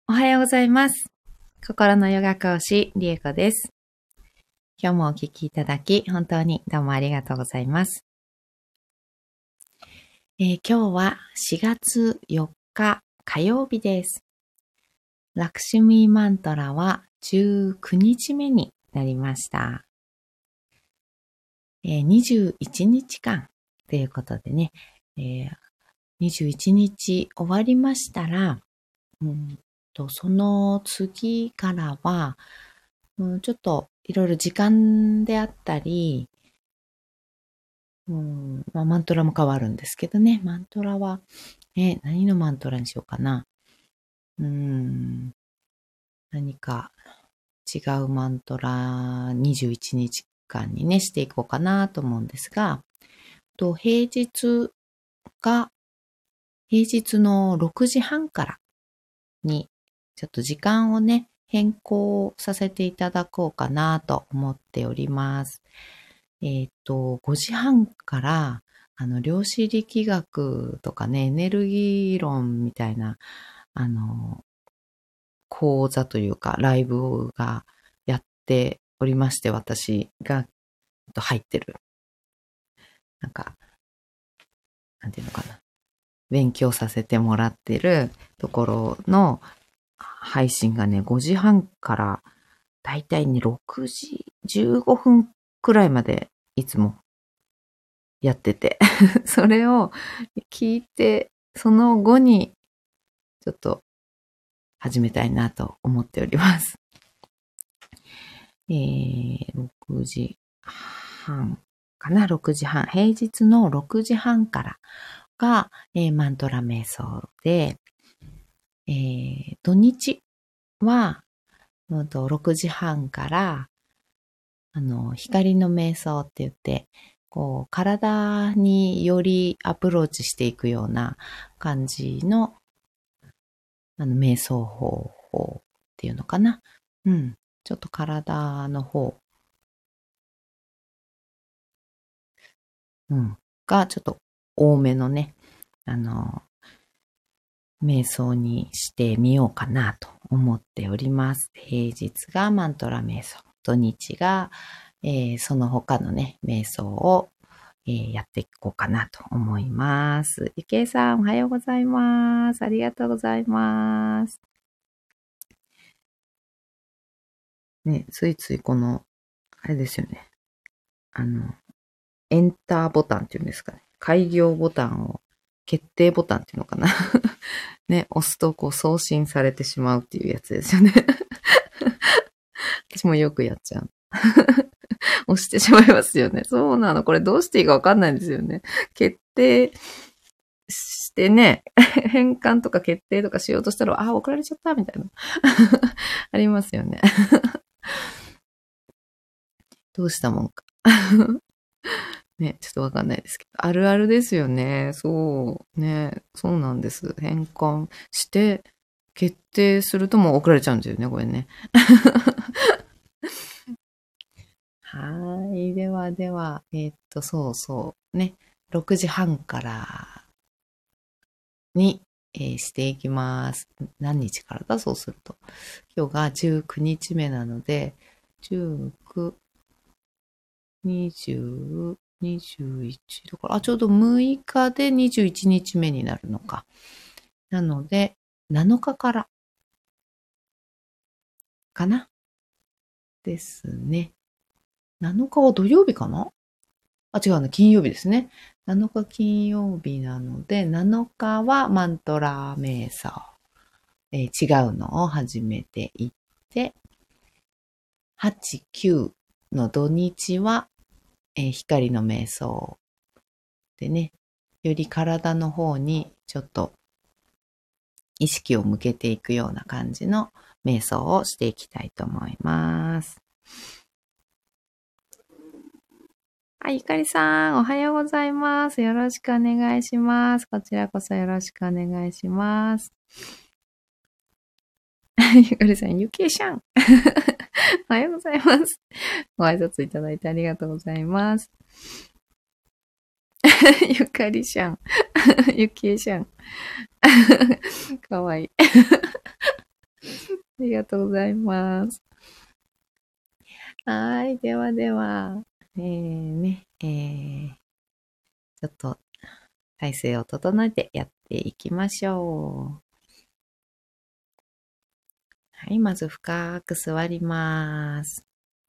おはようございます。心のヨガ講師、リエコです。今日もお聞きいただき、本当にどうもありがとうございます。今日は4月4日火曜日です。ラクシュミーマントラは19日目になりました。21日間ということでね、21日終わりましたら、その次からは、ちょっといろいろ時間であったり、マントラも変わるんですけどね。マントラは、何のマントラにしようかな。何か違うマントラ21日間にね、していこうかなと思うんですが、平日の6時半からに、ちょっと時間をね、変更させていただこうかなと思っております。5時半から、量子力学とかね、エネルギー論みたいな、講座というか、ライブがやっておりまして、私が入ってる。なんていうのかな。勉強させてもらってるところの配信がね、5時半からだいたいね、6時15分くらいまでいつもやってて、それを聞いて、その後にちょっと始めたいなと思っております。6時半かな、6時半。平日の6時半からが、マントラ瞑想で、土日は、6時半から、光の瞑想って言って、体によりアプローチしていくような感じの、瞑想方法っていうのかな。ちょっと体の方、がちょっと多めのね、瞑想にしてみようかなと思っております。平日がマントラ瞑想、土日が、その他のね、瞑想を、やっていこうかなと思います。ゆけいさん、おはようございます。ありがとうございます。ね、ついついこの、あれですよね。エンターボタンっていうんですかね。開業ボタンを、決定ボタンっていうのかな。ね、押すと送信されてしまうっていうやつですよね。私もよくやっちゃう。押してしまいますよね。そうなの。これどうしていいかわかんないんですよね。決定してね、変換とか決定とかしようとしたら、送られちゃったみたいな。ありますよね。どうしたもんか。ね、ちょっとわかんないですけど。あるあるですよね。そう。ね、そうなんです。変換して、決定するともう送られちゃうんですよね、これね。はい。ではでは、そうそう。ね。6時半からに、していきます。何日からだそうすると。今日が19日目なので、19、20、21だから、ちょうど6日で21日目になるのか。なので、7日からかなですね。7日は土曜日かな違うね、金曜日ですね。7日金曜日なので、7日はマントラ瞑想。違うのを始めていって、8、9の土日は、光の瞑想でね、より体の方にちょっと意識を向けていくような感じの瞑想をしていきたいと思います。ゆかりさん、おはようございます。よろしくお願いします。こちらこそよろしくお願いします。ゆかりさん、ゆきえしゃん。おはようございます。ご挨拶いただいてありがとうございます。ゆかりしゃん。ゆきえしゃん。かわいい。 りがとうございます。はい。ではでは、ちょっと体勢を整えてやっていきましょう。はい。まず深く座ります。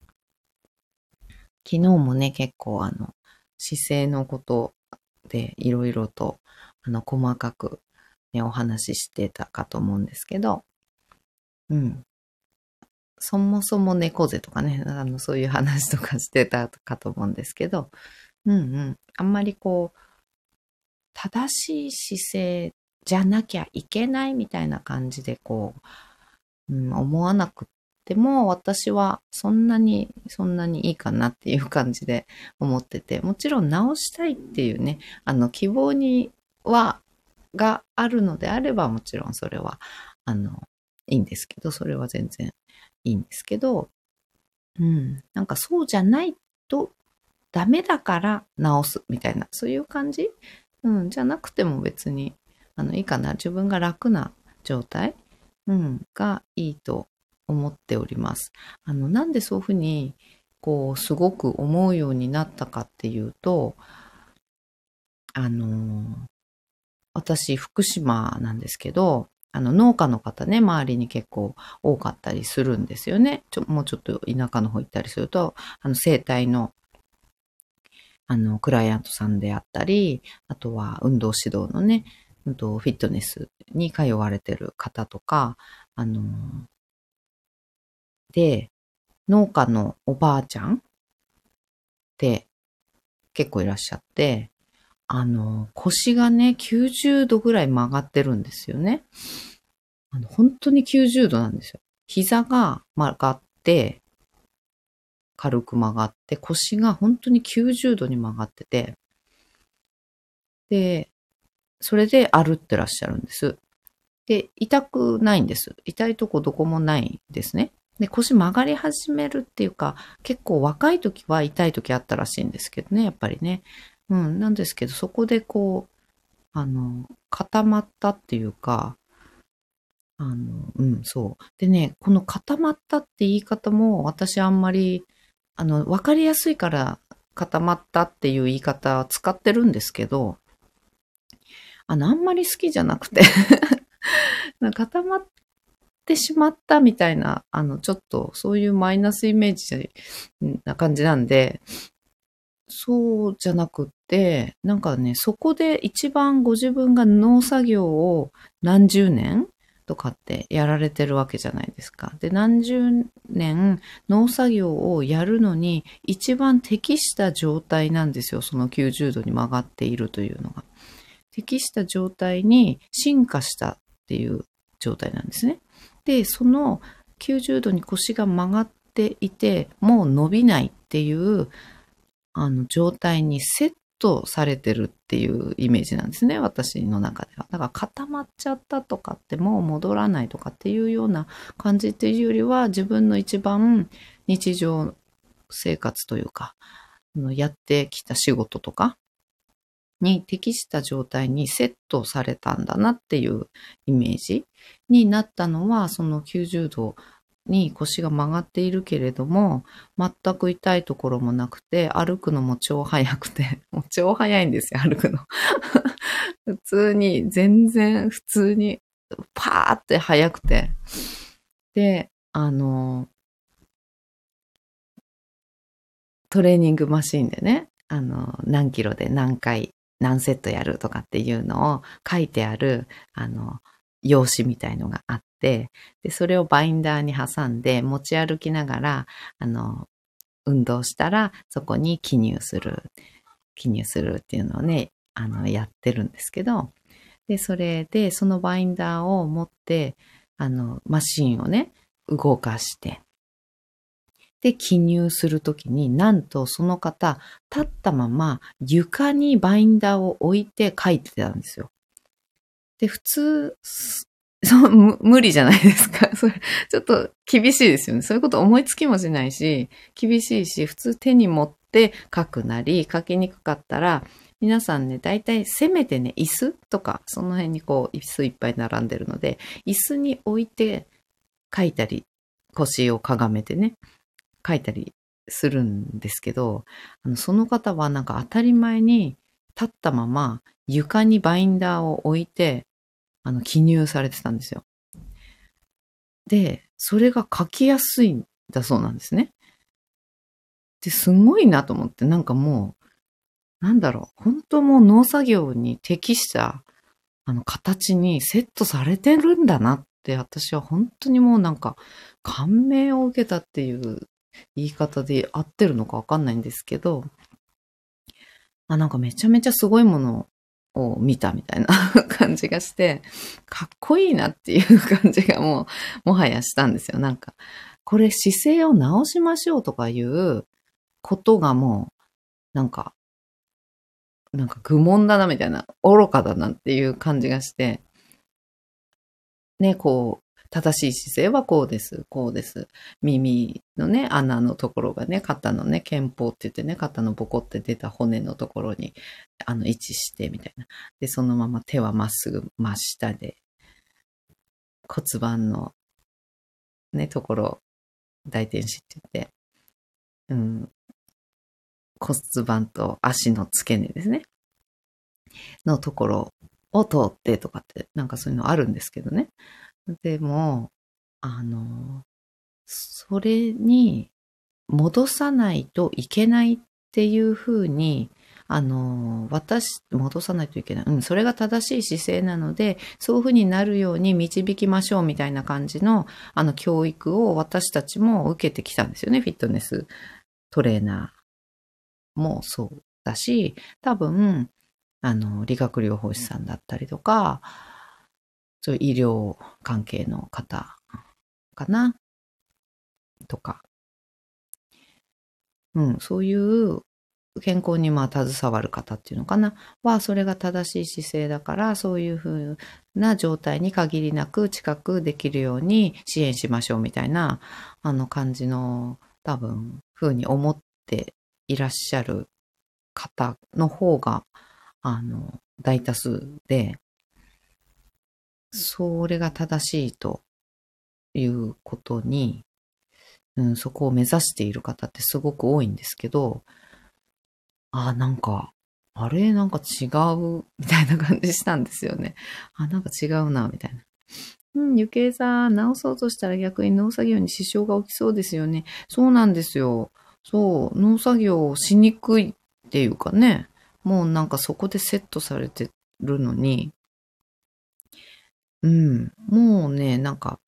昨日もね、結構姿勢のことでいろいろと、細かくね、お話ししてたかと思うんですけど、うん。そもそも猫背とかね、そういう話とかしてたかと思うんですけど、うんうん。あんまりこう、正しい姿勢じゃなきゃいけないみたいな感じでこう、思わなくっても、私はそんなにいいかなっていう感じで思ってて、もちろん直したいっていうね、希望があるのであれば、もちろんそれは、いいんですけど、それは全然いいんですけど、なんかそうじゃないとダメだから直すみたいな、そういう感じじゃなくても別に、いいかな。自分が楽な状態がいいと思っております。なんでそういうふうに、こう、すごく思うようになったかっていうと、あの、私、福島なんですけど、農家の方ね、周りに結構多かったりするんですよね。もうちょっと田舎の方行ったりすると、生態のクライアントさんであったり、あとは運動指導のね、フィットネスに通われてる方とか、あの、で、農家のおばあちゃんって結構いらっしゃって、腰がね、90度ぐらい曲がってるんですよね。本当に90度なんですよ。膝が曲がって、軽く曲がって、腰が本当に90度に曲がってて、で、それで歩ってらっしゃるんです。で、痛くないんです。痛いとこどこもないんですね。で、腰曲がり始めるっていうか、結構若い時は痛い時あったらしいんですけどね、やっぱりね。なんですけど、そこでこう、固まったっていうか、そう。でね、この固まったって言い方も、私あんまり、わかりやすいから固まったっていう言い方は使ってるんですけど、あんまり好きじゃなくて固まってしまったみたいな、ちょっとそういうマイナスイメージな感じなんで、そうじゃなくって、なんかね、そこで一番ご自分が農作業を何十年とかってやられてるわけじゃないですか。で、何十年農作業をやるのに一番適した状態なんですよ。その90度に曲がっているというのが。適した状態に進化したっていう状態なんですね。で、その90度に腰が曲がっていて、もう伸びないっていう状態にセットされてるっていうイメージなんですね、私の中では。だから固まっちゃったとかってもう戻らないとかっていうような感じっていうよりは、自分の一番日常生活というか、やってきた仕事とかに適した状態にセットされたんだなっていうイメージになったのは、その90度に腰が曲がっているけれども、全く痛いところもなくて、歩くのも超速くて、もう超速いんですよ、歩くの。普通に、全然普通に、パーって速くて。で、トレーニングマシーンでね、何キロで何回、何セットやるとかっていうのを書いてある、用紙みたいのがあって、で、それをバインダーに挟んで持ち歩きながら、運動したらそこに記入するっていうのをね、やってるんですけど、で、それで、そのバインダーを持って、マシーンをね、動かして、で、記入するときに、なんとその方、立ったまま床にバインダーを置いて書いてたんですよ。で、普通、無理じゃないですか。それ、ちょっと厳しいですよね。そういうこと思いつきもしないし、厳しいし、普通手に持って書くなり、書きにくかったら、皆さんね、大体せめてね、椅子とか、その辺にこう、椅子いっぱい並んでるので、椅子に置いて書いたり、腰をかがめてね、書いたりするんですけど、その方はなんか当たり前に立ったまま床にバインダーを置いて、記入されてたんですよ。で、それが書きやすいんだそうなんですね。で、すごいなと思って、なんかもう、なんだろう、本当もう農作業に適した、形にセットされてるんだなって、私は本当にもうなんか、感銘を受けたっていう言い方で合ってるのかわかんないんですけど、なんかめちゃめちゃすごいものを見たみたいな感じがして、かっこいいなっていう感じがもはやしたんですよ。なんか、これ姿勢を直しましょうとかいうことがもう、なんか愚問だなみたいな、愚かだなっていう感じがして、ね、こう、正しい姿勢はこうです、こうです。耳のね、穴のところがね、肩のね、肩峰って言ってね、肩のボコって出た骨のところに、位置してみたいな。で、そのまま手はまっすぐ真下で、骨盤のね、ところ、大天使って言って、うん、骨盤と足の付け根ですね。のところを通ってとかって、なんかそういうのあるんですけどね。でも、それに戻さないといけないっていうふうに、戻さないといけない。うん、それが正しい姿勢なので、そういうふうになるように導きましょうみたいな感じの、教育を私たちも受けてきたんですよね。フィットネストレーナーもそうだし、多分、理学療法士さんだったりとか、そういう医療関係の方かなとか、うん、そういう健康に携わる方っていうのかなは、それが正しい姿勢だから、そういう風な状態に限りなく近くできるように支援しましょうみたいな、感じの多分、風に思っていらっしゃる方の方が、大多数で、それが正しいということに、うん、そこを目指している方ってすごく多いんですけど、なんか、あれなんか違うみたいな感じしたんですよね。なんか違うな、みたいな。うん、ゆけいさん、直そうとしたら逆に農作業に支障が起きそうですよね。そうなんですよ。そう、農作業をしにくいっていうかね、もうなんかそこでセットされてるのに、うん、もうね、なんか、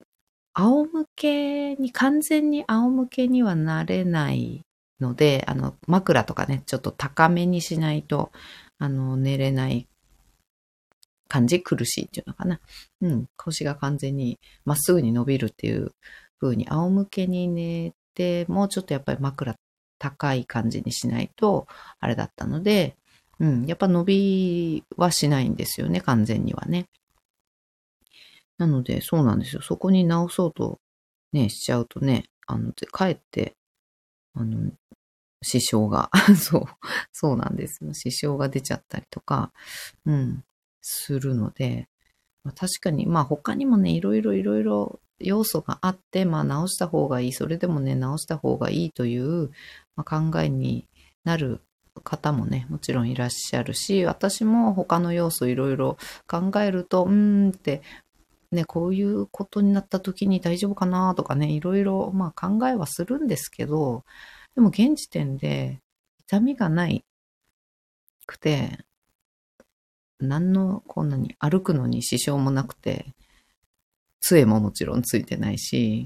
完全に仰向けにはなれないので、枕とかね、ちょっと高めにしないと、寝れない感じ、苦しいっていうのかな。うん、腰が完全にまっすぐに伸びるっていう風に、仰向けに寝て、もうちょっとやっぱり枕高い感じにしないと、あれだったので、うん、やっぱ伸びはしないんですよね、完全にはね。なので、そうなんですよ。そこに直そうとね、しちゃうとね、かえって、あの、支障がそう、そうなんですよ。支障が出ちゃったりとか、うん、するので、確かに、他にもね、いろいろ要素があって、直した方がいい、それでもね、直した方がいいという、考えになる方もね、もちろんいらっしゃるし、私も他の要素いろいろ考えると、って、ね、こういうことになった時に大丈夫かなとかね、いろいろ、考えはするんですけど、でも現時点で痛みがないくて、何のこんなに歩くのに支障もなくて、杖ももちろんついてないし、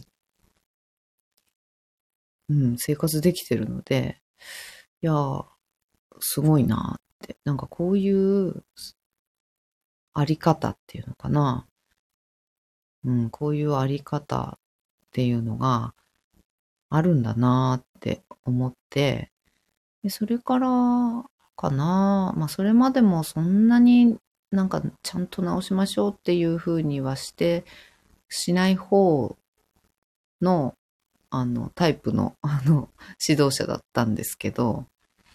うん、生活できてるので、いやー、すごいなーって。なんかこういうあり方っていうのかな。うん、こういうあり方っていうのがあるんだなーって思って、で、それからかな、それまでもそんなになんかちゃんと直しましょうっていう風にはしない方の、タイプの、指導者だったんですけど、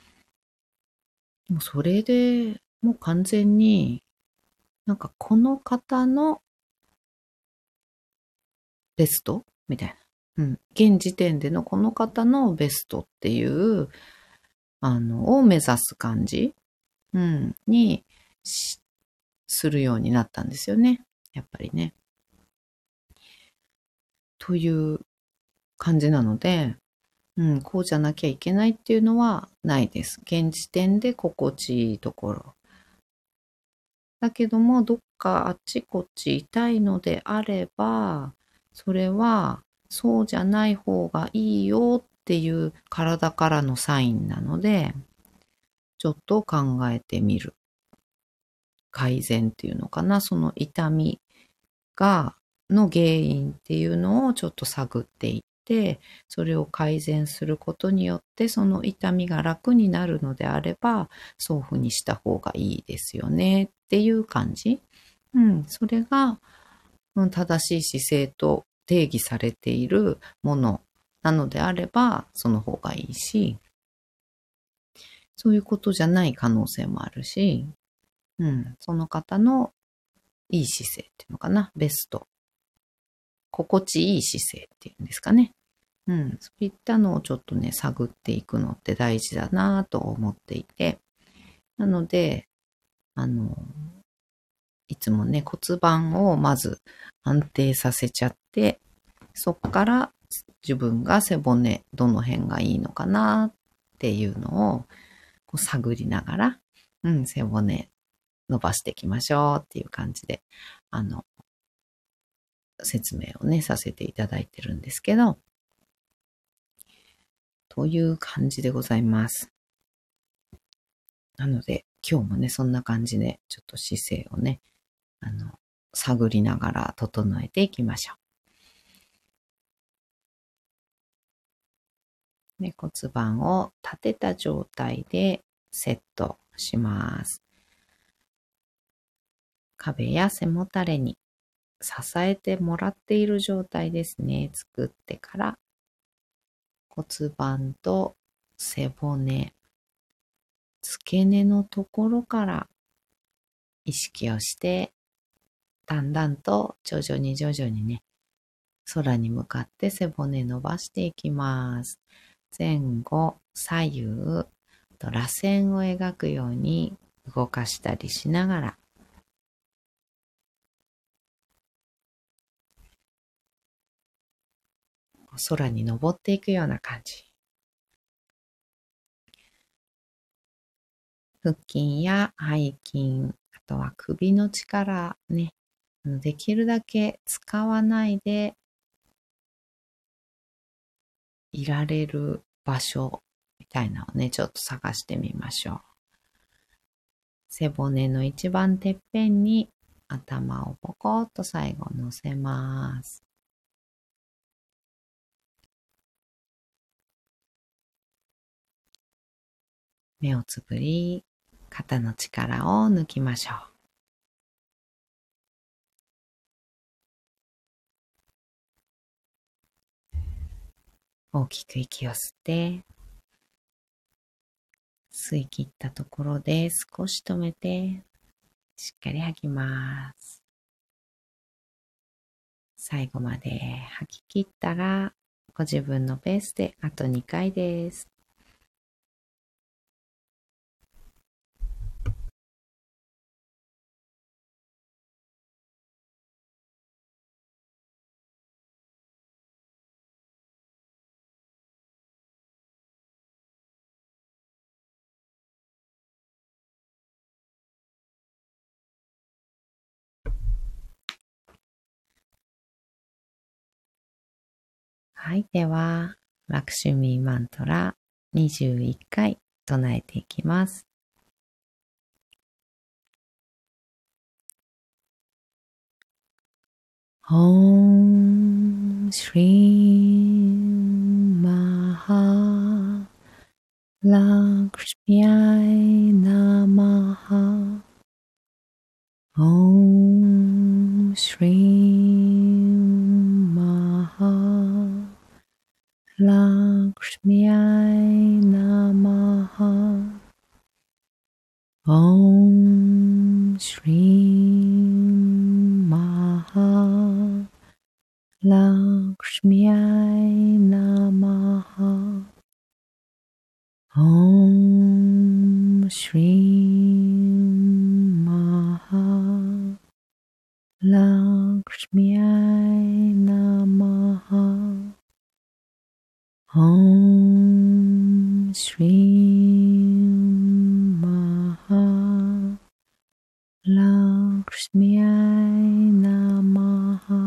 もうそれでもう完全に、なんかこの方のベストみたいな。現時点でのこの方のベストっていう、を目指す感じ、にするようになったんですよね。やっぱりね。という感じなので、こうじゃなきゃいけないっていうのはないです。現時点で心地いいところ。だけども、どっかあっちこっち痛いのであれば、それはそうじゃない方がいいよっていう体からのサインなので、ちょっと考えてみる。改善っていうのかな。その痛みの原因っていうのをちょっと探っていって、それを改善することによって、その痛みが楽になるのであれば、そういうふうにした方がいいですよねっていう感じ。それが、正しい姿勢と定義されているものなのであれば、その方がいいし、そういうことじゃない可能性もあるし、その方のいい姿勢っていうのかな、ベスト。心地いい姿勢っていうんですかね。そういったのをちょっとね、探っていくのって大事だなと思っていて。なので、いつもね、骨盤をまず安定させちゃって、そっから自分が背骨、どの辺がいいのかなっていうのをこう探りながら、背骨伸ばしていきましょうっていう感じで、説明をね、させていただいてるんですけど、という感じでございます。なので、今日もね、そんな感じで、ちょっと姿勢をね、探りながら整えていきましょう。ね、骨盤を立てた状態でセットします。壁や背もたれに支えてもらっている状態ですね。作ってから、骨盤と背骨、付け根のところから意識をして、だんだんと徐々にね、空に向かって背骨伸ばしていきます。前後、左右、螺旋を描くように動かしたりしながら、空に登っていくような感じ。腹筋や背筋、あとは首の力ね、できるだけ使わないでいられる場所みたいなのをね、ちょっと探してみましょう。背骨の一番てっぺんに頭をポコッと最後乗せます。目をつぶり、肩の力を抜きましょう。大きく息を吸って、吸い切ったところで少し止めて、しっかり吐きます。最後まで吐き切ったら、ご自分のペースであと2回です。はい。では、ラクシュミーマントラ21回唱えていきます。オンシリーマハラクシミアイナマハオンシリーマハLakshmiyai Namaha Om Shri Maha Lakshmyai Namaha. Om Shri Maha Lakshmyai Namaha. Om Shri Maha Lakshmyai Namaha.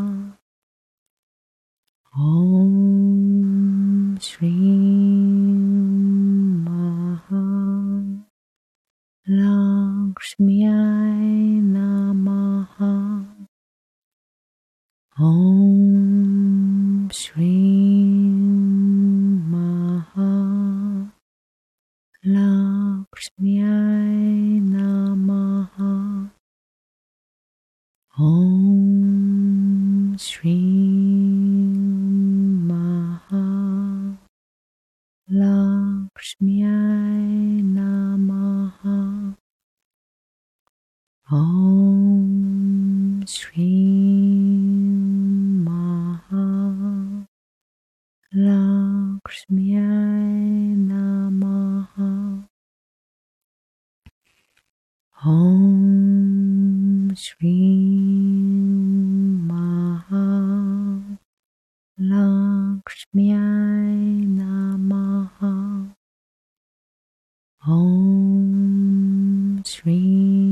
Om Shri Maha Lakshmyai Namaha. Om Shri Maha Lakshmyai Namaha. Om Shri Maha Lakshmyai Namaha. Om Shri Maha Lakshmyai Namaha. Om Shri Maha Lakshmyai Namaha. Om Shri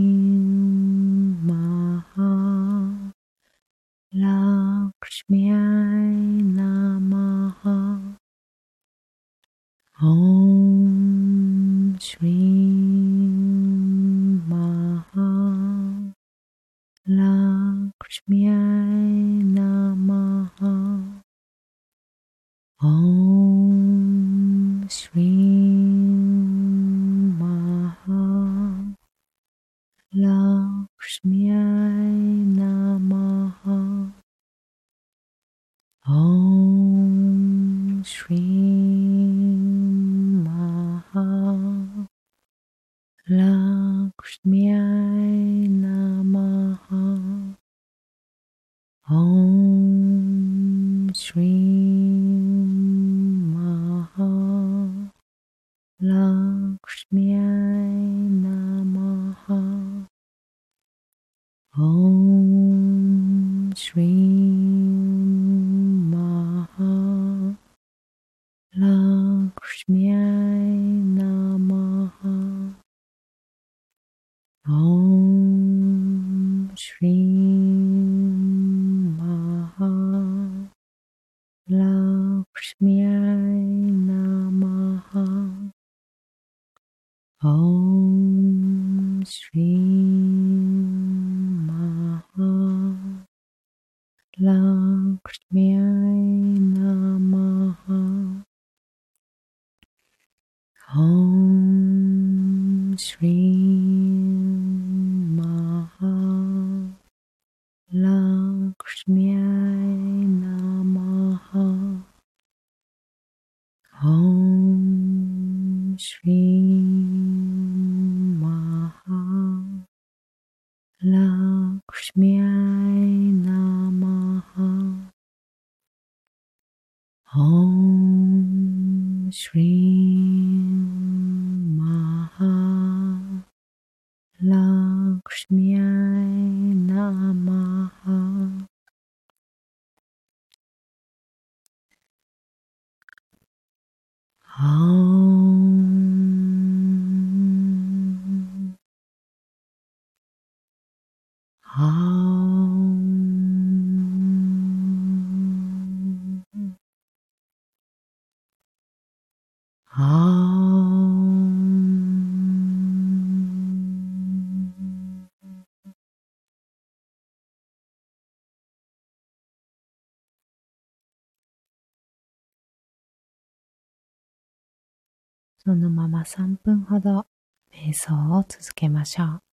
Maha Lakshmyai Namaha. Om Shri Maha Lakshmyai Namaha. Om Shri Maha Lakshmyai Namaha. Om Shri Maha Lakshmyai Namaha. Om Shri Maha Lakshmyai Namaha. Om Shri Maha Lakshmyai Namaha. Om Shri Maha Lakshmyai Namaha. Om Shri Maha Lakshmyai Namaha. Om Shri Maha Lakshmyai Namaha. Om Shri Maha Lakshmyai Namaha. Om Shri Maha Lakshmyai Namaha.そのまま3分ほど瞑想を続けましょう。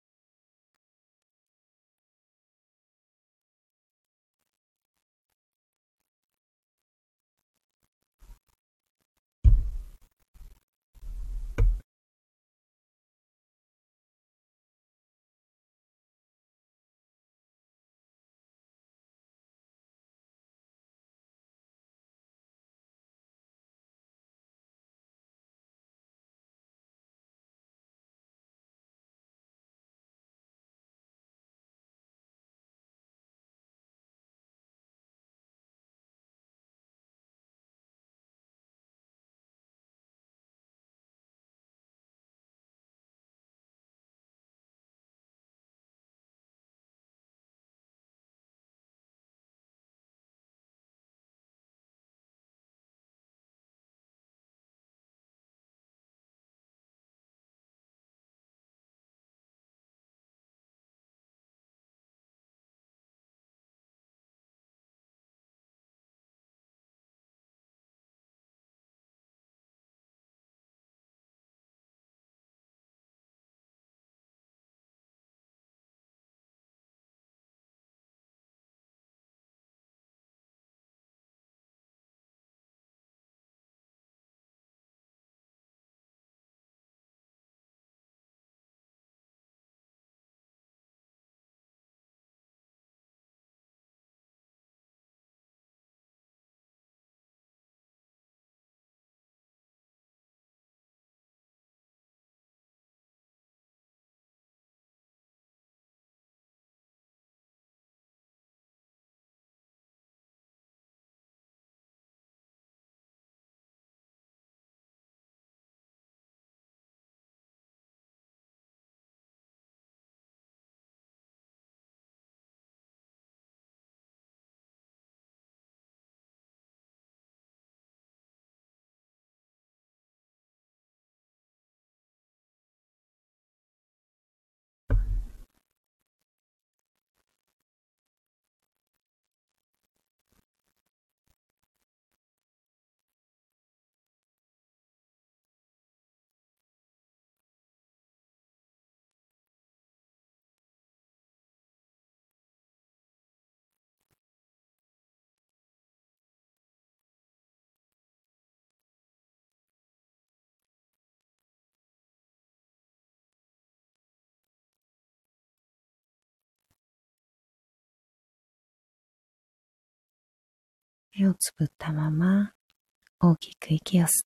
目をつぶったまま大きく息を吸って、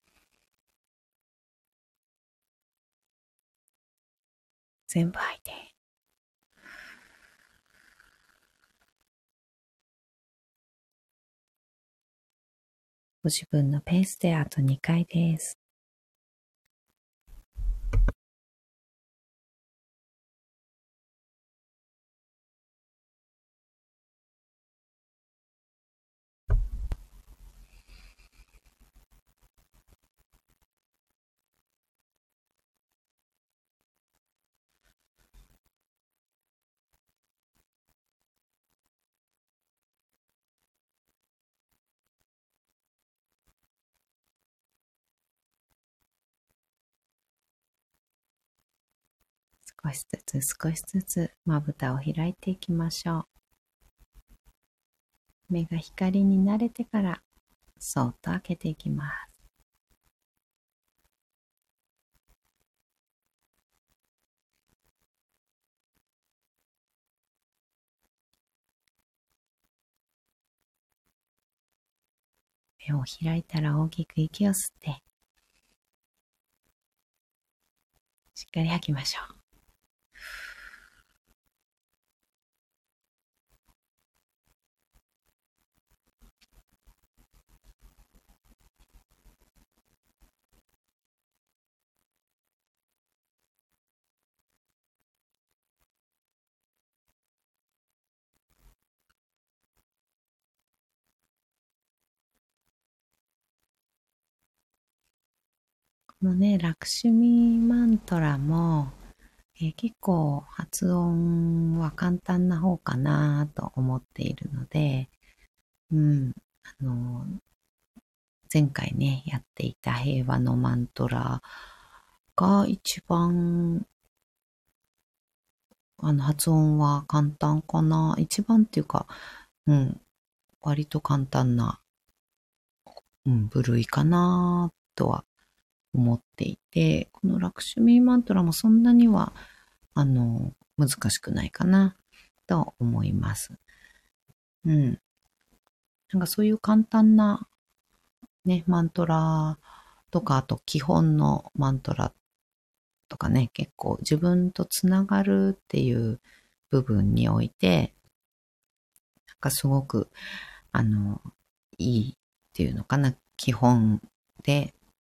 全部吐いて、ご自分のペースであと2回です。少しずつまぶたを開いていきましょう。目が光に慣れてからそっと開けていきます。目を開いたら大きく息を吸って、しっかり吐きましょう。このね、ラクシュミマントラも、結構発音は簡単な方かなと思っているので、あの、前回ね、やっていた平和のマントラが一番、発音は簡単かな。一番っていうか、割と簡単な、部類かなとは思っていて、このラクシュミーマントラもそんなには、難しくないかなと思います。なんかそういう簡単なね、マントラとか、あと基本のマントラとかね、結構自分とつながるっていう部分において、なんかすごく、いいっていうのかな、基本で、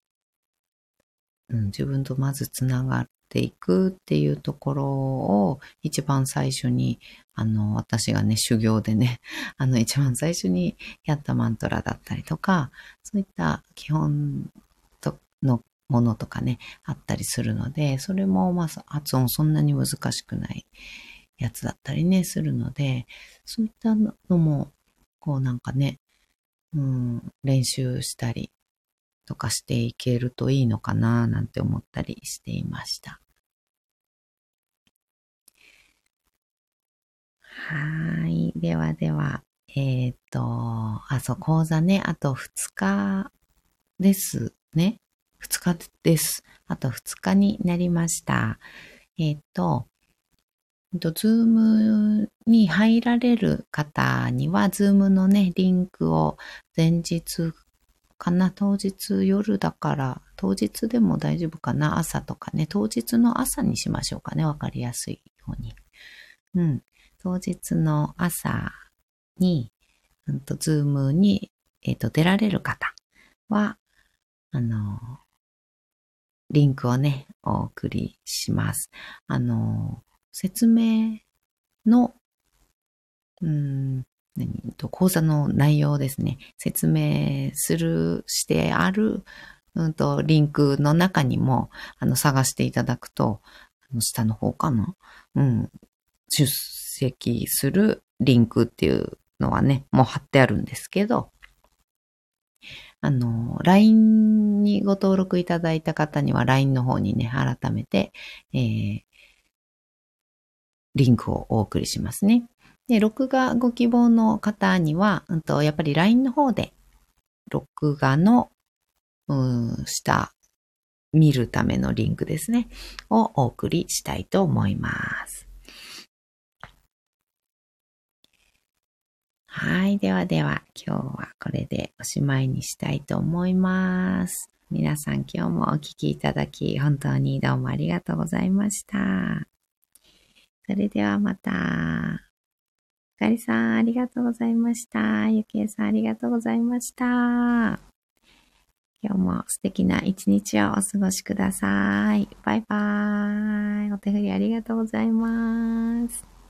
自分とまずつながっていくっていうところを一番最初に、私がね、修行でね、一番最初にやったマントラだったりとか、そういった基本のものとかね、あったりするので、それもまあ発音そんなに難しくないやつだったりね、するので、そういったのも、こうなんかね、練習したりとかしていけるといいのかななんて思ったりしていました。はい。ではでは、講座ね、あと2日ですね。2日です。あと2日になりました。ズームに入られる方には、ズームのね、リンクを前日かな、当日夜だから、当日でも大丈夫かな、朝とかね、当日の朝にしましょうかね、わかりやすいように。当日の朝に、ズームに、出られる方は、リンクをね、お送りします。説明の、講座の内容ですね。説明してある、リンクの中にも、探していただくと、下の方かな。出席するリンクっていうのはね、もう貼ってあるんですけど、LINE にご登録いただいた方には LINE の方にね、改めて、リンクをお送りしますね。で、録画ご希望の方には、やっぱり LINE の方で、録画の、下、見るためのリンクですね、をお送りしたいと思います。 はい。ではでは、今日はこれでおしまいにしたいと思います。皆さん今日もお聞きいただき、本当にどうもありがとうございました。それではまた。かりさん、ありがとうございました。ゆきえさん、ありがとうございました。今日も素敵な一日をお過ごしください。バイバーイ。お手振りありがとうございます。